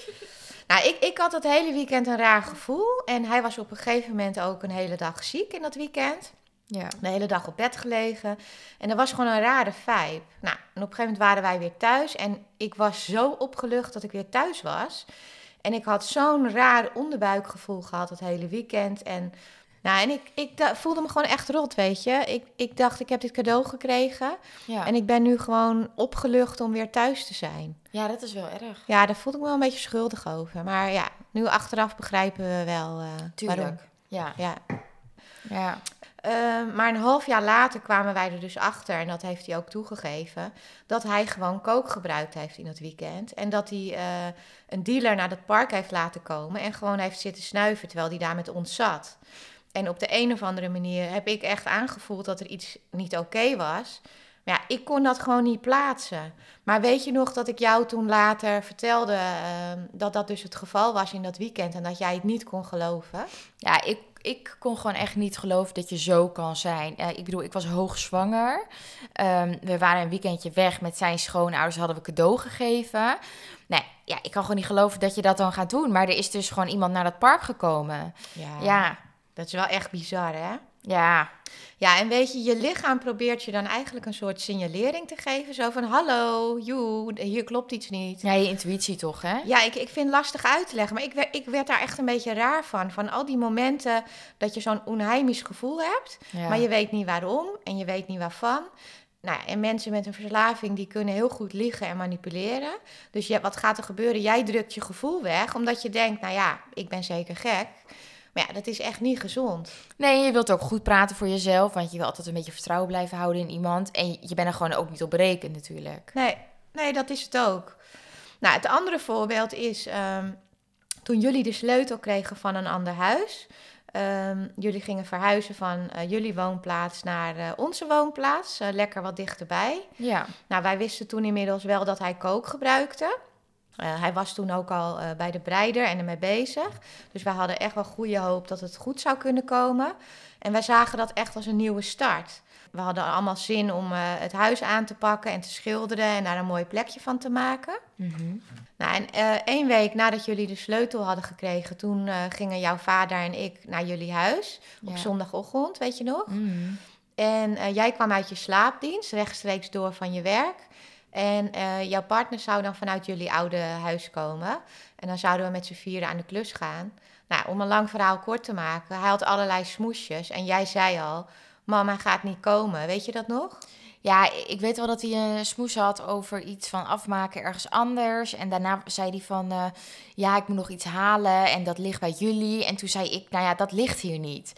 Nou, ik, ik had het hele weekend een raar gevoel. En hij was op een gegeven moment ook een hele dag ziek in dat weekend. Ja. De hele dag op bed gelegen. En er was gewoon een rare vibe. Nou, en op een gegeven moment waren wij weer thuis. En ik was zo opgelucht dat ik weer thuis was. En ik had zo'n raar onderbuikgevoel gehad het hele weekend. En, nou, en ik, ik da- voelde me gewoon echt rot, weet je. Ik, ik dacht, ik heb dit cadeau gekregen. Ja. En ik ben nu gewoon opgelucht om weer thuis te zijn. Ja, dat is wel erg. Ja, daar voelde ik me wel een beetje schuldig over. Maar ja, nu achteraf begrijpen we wel uh, Tuurlijk. waarom. Ja. Ja. Ja. Uh, maar een half jaar later kwamen wij er dus achter, en dat heeft hij ook toegegeven, dat hij gewoon coke gebruikt heeft in het weekend. En dat hij uh, een dealer naar dat park heeft laten komen en gewoon heeft zitten snuiven terwijl hij daar met ons zat. En op de een of andere manier heb ik echt aangevoeld dat er iets niet oké okay was. Maar ja, ik kon dat gewoon niet plaatsen. Maar weet je nog dat ik jou toen later vertelde uh, dat dat dus het geval was in dat weekend en dat jij het niet kon geloven? Ja, ik, ik kon gewoon echt niet geloven dat je zo kan zijn. Uh, ik bedoel, ik was hoogzwanger. Um, we waren een weekendje weg met zijn schoonouders, hadden we cadeau gegeven. Nee, ja, ik kan gewoon niet geloven dat je dat dan gaat doen. Maar er is dus gewoon iemand naar dat park gekomen. Ja, ja. Dat is wel echt bizar, hè? Ja. Ja, en weet je, je lichaam probeert je dan eigenlijk een soort signalering te geven. Zo van, hallo, joe, hier klopt iets niet. Ja, je intuïtie toch, hè? Ja, ik, ik vind het lastig uit te leggen. Maar ik werd, ik werd daar echt een beetje raar van. Van al die momenten dat je zo'n onheimisch gevoel hebt. Ja. Maar je weet niet waarom en je weet niet waarvan. Nou ja, en mensen met een verslaving, die kunnen heel goed liegen en manipuleren. Dus ja, wat gaat er gebeuren? Jij drukt je gevoel weg, omdat je denkt, nou ja, ik ben zeker gek. Maar ja, dat is echt niet gezond. Nee, je wilt ook goed praten voor jezelf, want je wil altijd een beetje vertrouwen blijven houden in iemand. En je bent er gewoon ook niet op berekend natuurlijk. Nee, nee, dat is het ook. Nou, het andere voorbeeld is, um, toen jullie de sleutel kregen van een ander huis. Um, jullie gingen verhuizen van uh, jullie woonplaats naar uh, onze woonplaats. Uh, lekker wat dichterbij. Ja. Nou, wij wisten toen inmiddels wel dat hij kook gebruikte. Uh, hij was toen ook al uh, bij de breider en ermee bezig. Dus wij hadden echt wel goede hoop dat het goed zou kunnen komen. En wij zagen dat echt als een nieuwe start. We hadden allemaal zin om uh, het huis aan te pakken en te schilderen en daar een mooi plekje van te maken. Mm-hmm. Nou, en uh, één week nadat jullie de sleutel hadden gekregen, toen uh, gingen jouw vader en ik naar jullie huis op Ja. zondagochtend, weet je nog? Mm-hmm. En uh, jij kwam uit je slaapdienst, rechtstreeks door van je werk. En uh, jouw partner zou dan vanuit jullie oude huis komen. En dan zouden we met z'n vieren aan de klus gaan. Nou, om een lang verhaal kort te maken, hij had allerlei smoesjes. En jij zei al, mam, hij gaat niet komen. Weet je dat nog? Ja, ik weet wel dat hij een smoes had over iets van afmaken ergens anders. En daarna zei hij van, uh, ja, ik moet nog iets halen en dat ligt bij jullie. En toen zei ik, nou ja, dat ligt hier niet.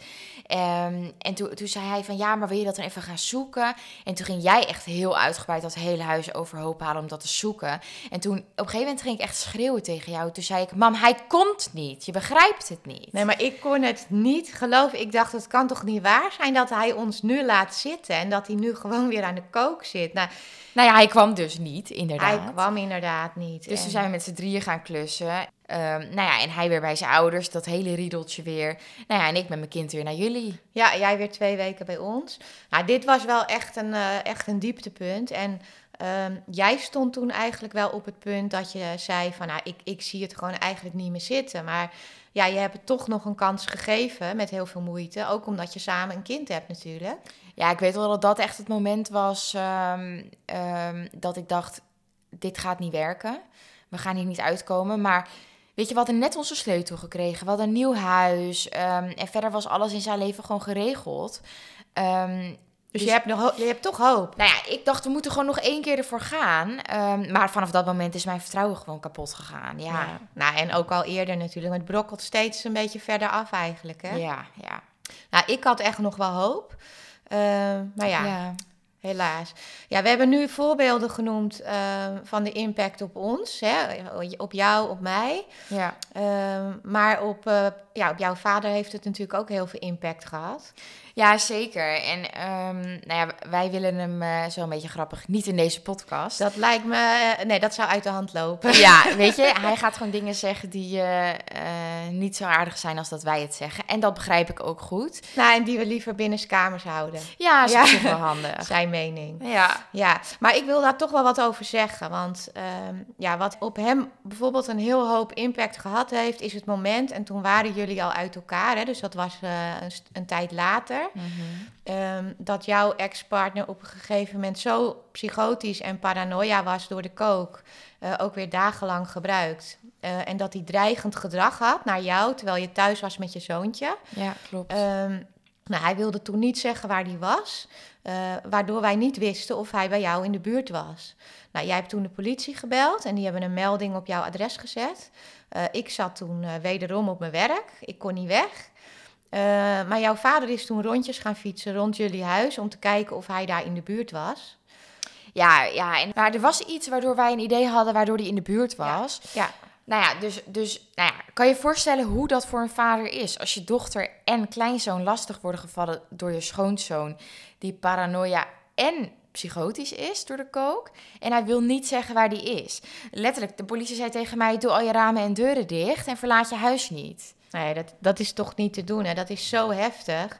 Um, en toen, toen zei hij van, ja, maar wil je dat dan even gaan zoeken? En toen ging jij echt heel uitgebreid dat hele huis overhoop halen om dat te zoeken. En toen, op een gegeven moment ging ik echt schreeuwen tegen jou. Toen zei ik, mam, hij komt niet. Je begrijpt het niet. Nee, maar ik kon het niet geloven. Ik dacht, het kan toch niet waar zijn dat hij ons nu laat zitten en dat hij nu gewoon weer aan de kook zit. Nou, nou ja, hij kwam dus niet, inderdaad. Hij kwam inderdaad niet. Dus en... toen zijn we met z'n drieën gaan klussen. Um, nou ja, en hij weer bij zijn ouders, dat hele riedeltje weer. Nou ja, en ik met mijn kind weer naar jullie. Ja, jij weer twee weken bij ons. Nou, dit was wel echt een, uh, echt een dieptepunt. En um, jij stond toen eigenlijk wel op het punt dat je zei van, nou, ik, ik zie het gewoon eigenlijk niet meer zitten. Maar ja, je hebt het toch nog een kans gegeven met heel veel moeite. Ook omdat je samen een kind hebt natuurlijk. Ja, ik weet wel dat dat echt het moment was um, um, dat ik dacht, dit gaat niet werken. We gaan hier niet uitkomen. Maar weet je, we hadden net onze sleutel gekregen. We hadden een nieuw huis. Um, en verder was alles in zijn leven gewoon geregeld. Um, Dus, dus je, hebt nog, je hebt toch hoop? Nou ja, ik dacht, we moeten gewoon nog één keer ervoor gaan. Um, maar vanaf dat moment is mijn vertrouwen gewoon kapot gegaan. Ja. ja. Nou, en ook al eerder natuurlijk. Het brokkelt steeds een beetje verder af eigenlijk, hè? Ja, ja. Nou, ik had echt nog wel hoop. Uh, maar ja, ja, helaas. Ja, we hebben nu voorbeelden genoemd uh, van de impact op ons. Hè? Op jou, op mij. Ja. Uh, maar op, uh, ja, op jouw vader heeft het natuurlijk ook heel veel impact gehad. Ja, zeker. En um, nou ja, wij willen hem uh, zo een beetje grappig niet in deze podcast. Dat lijkt me... Uh, nee, dat zou uit de hand lopen. Ja, weet je, hij gaat gewoon dingen zeggen die uh, uh, niet zo aardig zijn als dat wij het zeggen. En dat begrijp ik ook goed. Nou, en die we liever binnenskamers houden. Ja, dat is ja. wel handig. Zijn mening. Ja. Ja, maar ik wil daar toch wel wat over zeggen. Want um, ja, wat op hem bijvoorbeeld een heel hoop impact gehad heeft, is het moment, en toen waren jullie al uit elkaar, hè, dus dat was uh, een, een tijd later, Mm-hmm. um, dat jouw ex-partner op een gegeven moment zo psychotisch en paranoia was door de kook, uh, ook weer dagenlang gebruikt. Uh, en dat hij dreigend gedrag had naar jou, terwijl je thuis was met je zoontje. Ja, klopt. Um, nou, hij wilde toen niet zeggen waar hij was, uh, waardoor wij niet wisten of hij bij jou in de buurt was. Nou, jij hebt toen de politie gebeld en die hebben een melding op jouw adres gezet. Uh, ik zat toen uh, wederom op mijn werk, ik kon niet weg. Uh, maar jouw vader is toen rondjes gaan fietsen rond jullie huis om te kijken of hij daar in de buurt was. Ja, ja, en, maar er was iets waardoor wij een idee hadden waardoor hij in de buurt was. Ja. ja. Nou ja, dus, dus nou ja, kan je je voorstellen hoe dat voor een vader is? Als je dochter en kleinzoon lastig worden gevallen door je schoonzoon, die paranoia en psychotisch is door de kook. En hij wil niet zeggen waar die is. Letterlijk, de politie zei tegen mij, doe al je ramen en deuren dicht en verlaat je huis niet. Nee, dat, dat is toch niet te doen, hè? Dat is zo heftig.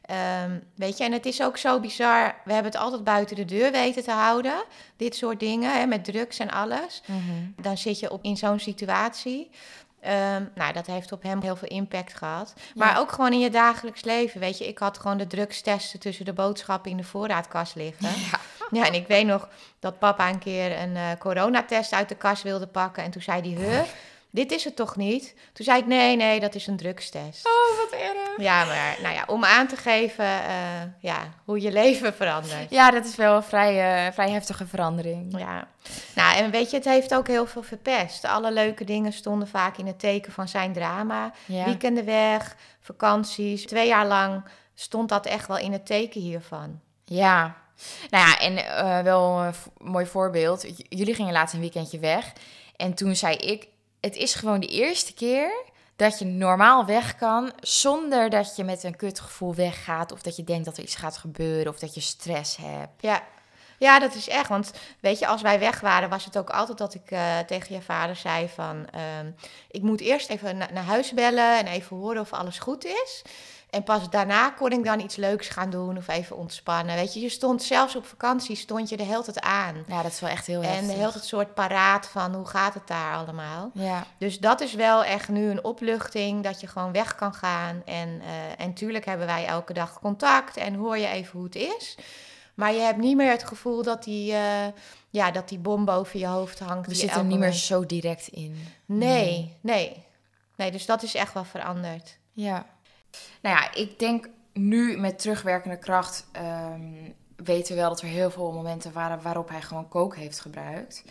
Um, weet je, en het is ook zo bizar. We hebben het altijd buiten de deur weten te houden. Dit soort dingen, hè, met drugs en alles. Mm-hmm. Dan zit je op, in zo'n situatie. Um, nou, dat heeft op hem heel veel impact gehad. Maar ja. ook gewoon in je dagelijks leven, weet je. Ik had gewoon de drugstesten tussen de boodschappen in de voorraadkast liggen. Ja. Ja, en ik weet nog dat papa een keer een uh, coronatest uit de kast wilde pakken. En toen zei hij, huh, dit is het toch niet? Toen zei ik, nee, nee, dat is een drugstest. Oh, wat erg. Ja, maar nou ja, om aan te geven uh, ja, hoe je leven verandert. Ja, dat is wel een vrij, uh, vrij heftige verandering. Ja, nou en weet je, het heeft ook heel veel verpest. Alle leuke dingen stonden vaak in het teken van zijn drama. Ja. Weekenden weg, vakanties. Twee jaar lang stond dat echt wel in het teken hiervan. Ja, nou ja, en uh, wel een v- mooi voorbeeld. J- jullie gingen laatst een weekendje weg. En toen zei ik Het is gewoon de eerste keer dat je normaal weg kan, zonder dat je met een kutgevoel weggaat, of dat je denkt dat er iets gaat gebeuren, of dat je stress hebt. Ja. Ja, dat is echt. Want weet je, als wij weg waren, was het ook altijd dat ik uh, tegen je vader zei van... Uh, ik moet eerst even na- naar huis bellen en even horen of alles goed is. En pas daarna kon ik dan iets leuks gaan doen of even ontspannen. Weet je, je stond zelfs op vakantie, stond je de hele tijd aan. Ja, dat is wel echt heel En heftig. de hele tijd soort paraat van hoe gaat het daar allemaal. Ja. Dus dat is wel echt nu een opluchting, dat je gewoon weg kan gaan. En, uh, en tuurlijk hebben wij elke dag contact en hoor je even hoe het is. Maar je hebt niet meer het gevoel dat die, uh, ja, dat die bom boven je hoofd hangt. We zitten er niet meer zo direct in. Nee, nee. Nee, dus dat is echt wel veranderd. Ja. Nou ja, ik denk nu met terugwerkende kracht um, weten we wel dat er heel veel momenten waren waarop hij gewoon coke heeft gebruikt.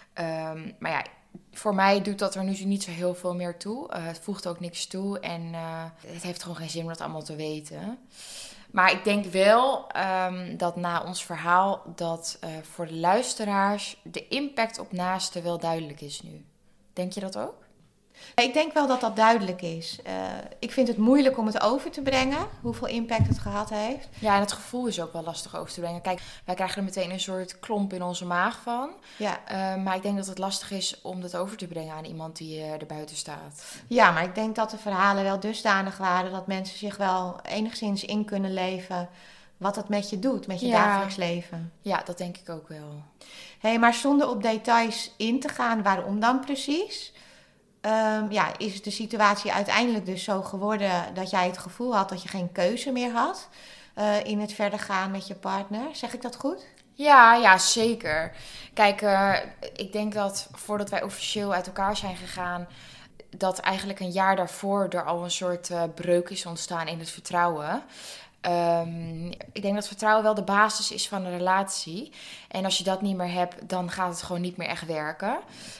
Um, maar ja, voor mij doet dat er nu niet zo heel veel meer toe. Uh, het voegt ook niks toe en uh, het heeft gewoon geen zin om dat allemaal te weten. Maar ik denk wel um, dat na ons verhaal dat uh, voor de luisteraars de impact op naasten wel duidelijk is nu. Denk je dat ook? Ik denk wel dat dat duidelijk is. Uh, ik vind het moeilijk om het over te brengen, hoeveel impact het gehad heeft. Ja, en het gevoel is ook wel lastig over te brengen. Kijk, wij krijgen er meteen een soort klomp in onze maag van. Ja. Uh, maar ik denk dat het lastig is om dat over te brengen aan iemand die uh, er buiten staat. Ja, maar ik denk dat de verhalen wel dusdanig waren dat mensen zich wel enigszins in kunnen leven wat het met je doet, met je ja. dagelijks leven. Ja, dat denk ik ook wel. Hé, hey, maar zonder op details in te gaan, waarom dan precies? Um, ja, is de situatie uiteindelijk dus zo geworden dat jij het gevoel had dat je geen keuze meer had uh, in het verder gaan met je partner? Zeg ik dat goed? Ja, ja, zeker. Kijk, uh, ik denk dat voordat wij officieel uit elkaar zijn gegaan, dat eigenlijk een jaar daarvoor er al een soort uh, breuk is ontstaan in het vertrouwen. Um, ik denk dat vertrouwen wel de basis is van een relatie. En als je dat niet meer hebt, dan gaat het gewoon niet meer echt werken.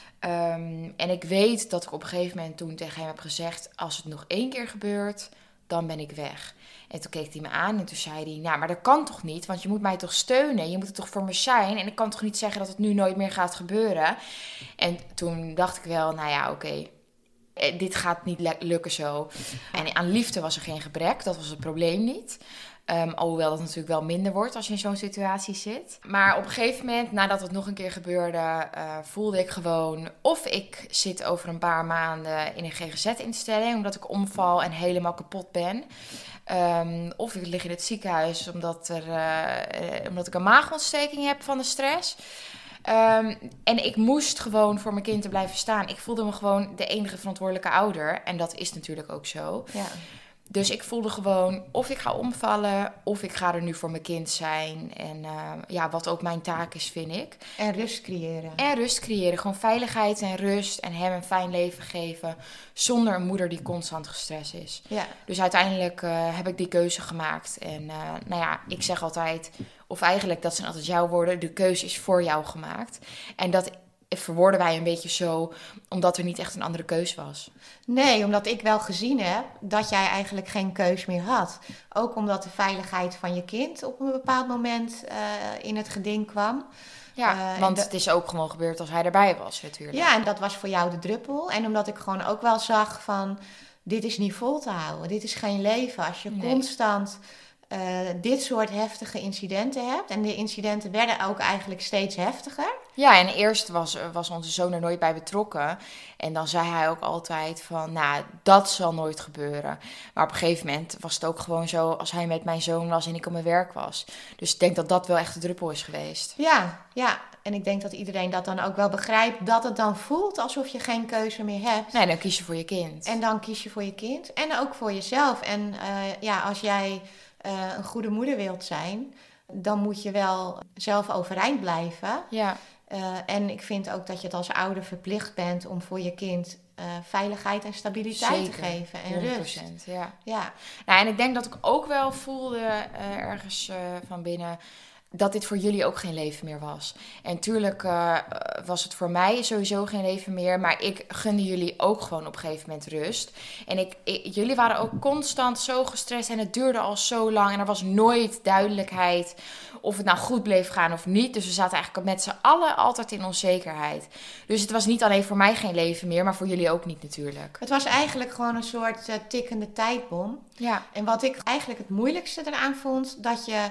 Um, en ik weet dat ik op een gegeven moment toen tegen hem heb gezegd, als het nog één keer gebeurt, dan ben ik weg. En toen keek hij me aan en toen zei hij, nou, maar dat kan toch niet? Want je moet mij toch steunen? Je moet er toch voor me zijn? En ik kan toch niet zeggen dat het nu nooit meer gaat gebeuren? En toen dacht ik wel, nou ja, oké. Okay. Dit gaat niet lukken zo. En aan liefde was er geen gebrek. Dat was het probleem niet. Um, alhoewel dat natuurlijk wel minder wordt als je in zo'n situatie zit. Maar op een gegeven moment, nadat het nog een keer gebeurde, uh, voelde ik gewoon, of ik zit over een paar maanden in een G G Z-instelling, omdat ik omval en helemaal kapot ben. Um, of ik lig in het ziekenhuis omdat, er, uh, uh, omdat ik een maagontsteking heb van de stress. Um, en ik moest gewoon voor mijn kind te blijven staan. Ik voelde me gewoon de enige verantwoordelijke ouder. En dat is natuurlijk ook zo. Ja. Dus ik voelde gewoon, of ik ga omvallen, of ik ga er nu voor mijn kind zijn. En uh, ja, wat ook mijn taak is, vind ik. En rust creëren. En rust creëren. Gewoon veiligheid en rust en hem een fijn leven geven. Zonder een moeder die constant gestrest is. Ja. Dus uiteindelijk uh, heb ik die keuze gemaakt. En uh, nou ja, ik zeg altijd, of eigenlijk dat zijn altijd jouw woorden, de keuze is voor jou gemaakt. En dat verwoorden wij een beetje zo, omdat er niet echt een andere keus was. Nee, omdat ik wel gezien heb dat jij eigenlijk geen keus meer had. Ook omdat de veiligheid van je kind op een bepaald moment uh, in het geding kwam. Ja, uh, want de... het is ook gewoon gebeurd als hij erbij was natuurlijk. Ja, en dat was voor jou de druppel. En omdat ik gewoon ook wel zag van, dit is niet vol te houden. Dit is geen leven. Als je nee. constant uh, dit soort heftige incidenten hebt. En de incidenten werden ook eigenlijk steeds heftiger. Ja, en eerst was, was onze zoon er nooit bij betrokken. En dan zei hij ook altijd van, nou, dat zal nooit gebeuren. Maar op een gegeven moment was het ook gewoon zo, als hij met mijn zoon was en ik op mijn werk was. Dus ik denk dat dat wel echt de druppel is geweest. Ja, ja. En ik denk dat iedereen dat dan ook wel begrijpt, dat het dan voelt alsof je geen keuze meer hebt. Nee, dan kies je voor je kind. En dan kies je voor je kind en ook voor jezelf. En uh, ja, als jij uh, een goede moeder wilt zijn, dan moet je wel zelf overeind blijven. Ja. Uh, en ik vind ook dat je het als ouder verplicht bent om voor je kind uh, veiligheid en stabiliteit Zeker, te geven. En honderd procent, rust. Ja. Ja. Nou, en ik denk dat ik ook wel voelde uh, ergens uh, van binnen dat dit voor jullie ook geen leven meer was. En tuurlijk uh, was het voor mij sowieso geen leven meer. Maar ik gunde jullie ook gewoon op een gegeven moment rust. En ik, ik, jullie waren ook constant zo gestrest. En het duurde al zo lang. En er was nooit duidelijkheid of het nou goed bleef gaan of niet. Dus we zaten eigenlijk met z'n allen altijd in onzekerheid. Dus het was niet alleen voor mij geen leven meer. Maar voor jullie ook niet natuurlijk. Het was eigenlijk gewoon een soort uh, tikkende tijdbom. Ja. En wat ik eigenlijk het moeilijkste eraan vond, dat je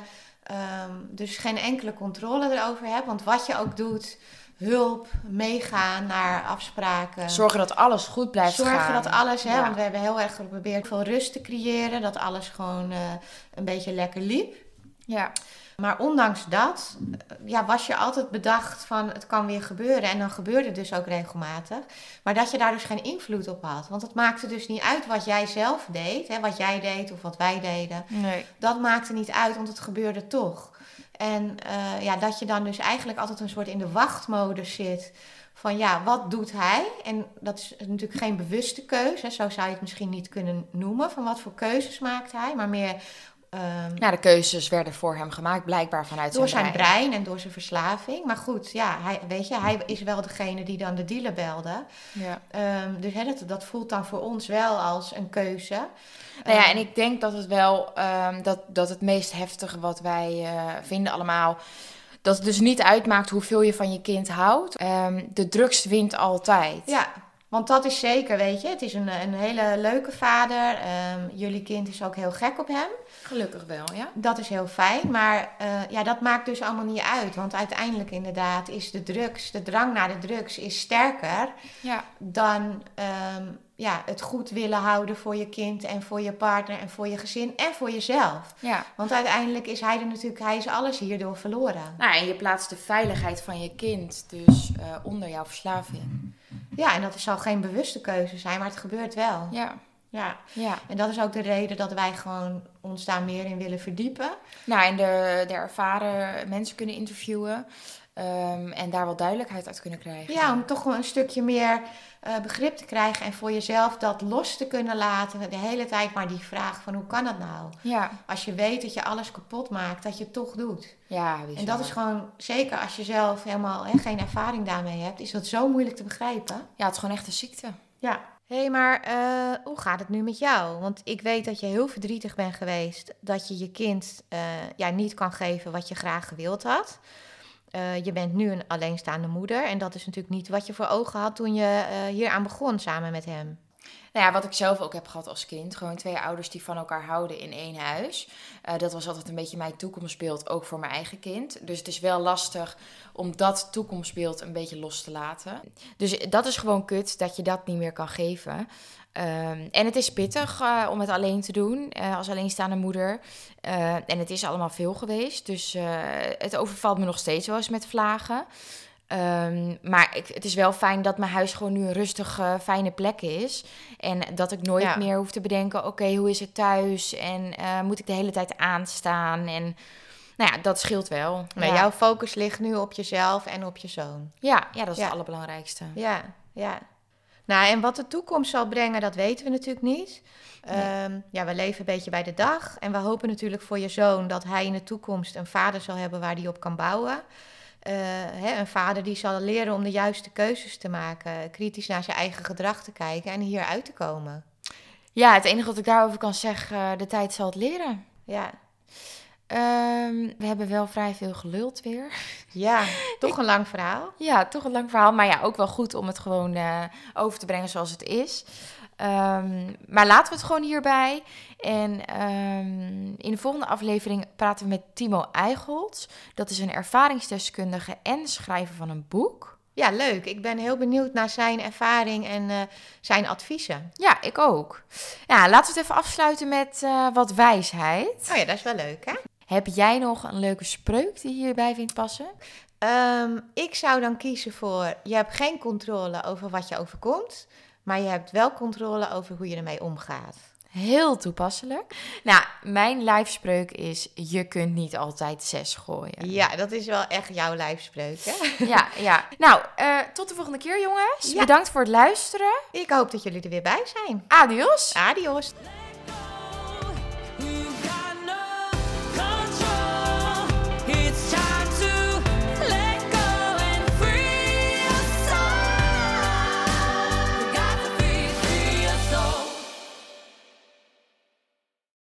um, dus geen enkele controle erover hebt. Want wat je ook doet, hulp, meegaan naar afspraken. Zorgen dat alles goed blijft Zorgen gaan. dat alles, hè, Ja. want we hebben heel erg geprobeerd veel rust te creëren. Dat alles gewoon uh, een beetje lekker liep. Ja. Maar ondanks dat, ja, was je altijd bedacht van het kan weer gebeuren. En dan gebeurde het dus ook regelmatig. Maar dat je daar dus geen invloed op had. Want het maakte dus niet uit wat jij zelf deed. Hè, wat jij deed of wat wij deden. Nee. Dat maakte niet uit, want het gebeurde toch. En uh, ja, dat je dan dus eigenlijk altijd een soort in de wachtmodus zit. Van ja, wat doet hij? En dat is natuurlijk geen bewuste keuze. Zo zou je het misschien niet kunnen noemen. Van wat voor keuzes maakt hij? Maar meer... Um, nou, de keuzes werden voor hem gemaakt, blijkbaar vanuit door zijn zijn brein. brein en door zijn verslaving. Maar goed, ja, hij, weet je, hij is wel degene die dan de dealer belde. Ja. Um, dus hè, dat, dat voelt dan voor ons wel als een keuze. Nou ja, Um, en ik denk dat het wel, um, dat, dat het meest heftige wat wij uh, vinden allemaal, dat het dus niet uitmaakt hoeveel je van je kind houdt. Um, de drugs wint altijd. Ja, want dat is zeker, weet je. Het is een, een hele leuke vader. Um, jullie kind is ook heel gek op hem. Gelukkig wel, ja. Dat is heel fijn, maar uh, ja, dat maakt dus allemaal niet uit. Want uiteindelijk inderdaad is de drugs, de drang naar de drugs is sterker ja. dan um, ja, het goed willen houden voor je kind en voor je partner en voor je gezin en voor jezelf. Ja. Want uiteindelijk is hij er natuurlijk, hij is alles hierdoor verloren. Nou, en je plaatst de veiligheid van je kind dus uh, onder jouw verslaving. Ja, en dat zal geen bewuste keuze zijn, maar het gebeurt wel. Ja. Ja. Ja. En dat is ook de reden dat wij gewoon ons daar meer in willen verdiepen. Nou, en de, de ervaren mensen kunnen interviewen. Um, en daar wel duidelijkheid uit kunnen krijgen. Ja, om toch gewoon een stukje meer uh, begrip te krijgen. En voor jezelf dat los te kunnen laten. De hele tijd maar die vraag van hoe kan dat nou? Ja. Als je weet dat je alles kapot maakt, dat je het toch doet. Ja, bizar. En dat is gewoon, zeker als je zelf helemaal he, geen ervaring daarmee hebt, is dat zo moeilijk te begrijpen. Ja, het is gewoon echt een ziekte. Ja. Hé, hey, maar uh, hoe gaat het nu met jou? Want ik weet dat je heel verdrietig bent geweest dat je je kind uh, ja, niet kan geven wat je graag gewild had. Uh, je bent nu een alleenstaande moeder en dat is natuurlijk niet wat je voor ogen had toen je uh, hier aan begon samen met hem. Nou ja, wat ik zelf ook heb gehad als kind. Gewoon twee ouders die van elkaar houden in één huis. Uh, dat was altijd een beetje mijn toekomstbeeld, ook voor mijn eigen kind. Dus het is wel lastig om dat toekomstbeeld een beetje los te laten. Dus dat is gewoon kut, dat je dat niet meer kan geven. Um, en het is pittig uh, om het alleen te doen, uh, als alleenstaande moeder. Uh, en het is allemaal veel geweest. Dus uh, het overvalt me nog steeds wel eens met vlagen. Um, maar ik, het is wel fijn dat mijn huis gewoon nu een rustige, fijne plek is. En dat ik nooit ja. meer hoef te bedenken, oké, okay, hoe is het thuis? En uh, moet ik de hele tijd aanstaan? En nou ja, dat scheelt wel. Nee, ja. Jouw focus ligt nu op jezelf en op je zoon. Ja, ja dat is ja. het allerbelangrijkste. Ja, ja. Nou, en wat de toekomst zal brengen, dat weten we natuurlijk niet. Nee. Um, ja, we leven een beetje bij de dag. En we hopen natuurlijk voor je zoon dat hij in de toekomst een vader zal hebben waar hij op kan bouwen. Uh, hè, een vader die zal leren om de juiste keuzes te maken, kritisch naar zijn eigen gedrag te kijken en hieruit te komen. Ja, het enige wat ik daarover kan zeggen, de tijd zal het leren. Ja. Um, we hebben wel vrij veel geluld weer. Ja, toch een lang verhaal. Ja, toch een lang verhaal, maar ja, ook wel goed om het gewoon uh, over te brengen zoals het is. Um, maar laten we het gewoon hierbij. En um, in de volgende aflevering praten we met Timo Eichholz. Dat is een ervaringsdeskundige en schrijver van een boek. Ja, leuk. Ik ben heel benieuwd naar zijn ervaring en uh, zijn adviezen. Ja, ik ook. Ja, laten we het even afsluiten met uh, wat wijsheid. Oh ja, dat is wel leuk, hè? Heb jij nog een leuke spreuk die je hierbij vindt passen? Um, ik zou dan kiezen voor, je hebt geen controle over wat je overkomt, maar je hebt wel controle over hoe je ermee omgaat. Heel toepasselijk. Nou, mijn lijfspreuk is, je kunt niet altijd zes gooien. Ja, dat is wel echt jouw lijfspreuk, hè? Ja, ja. Nou, uh, tot de volgende keer, jongens. Ja. Bedankt voor het luisteren. Ik hoop dat jullie er weer bij zijn. Adios. Adios.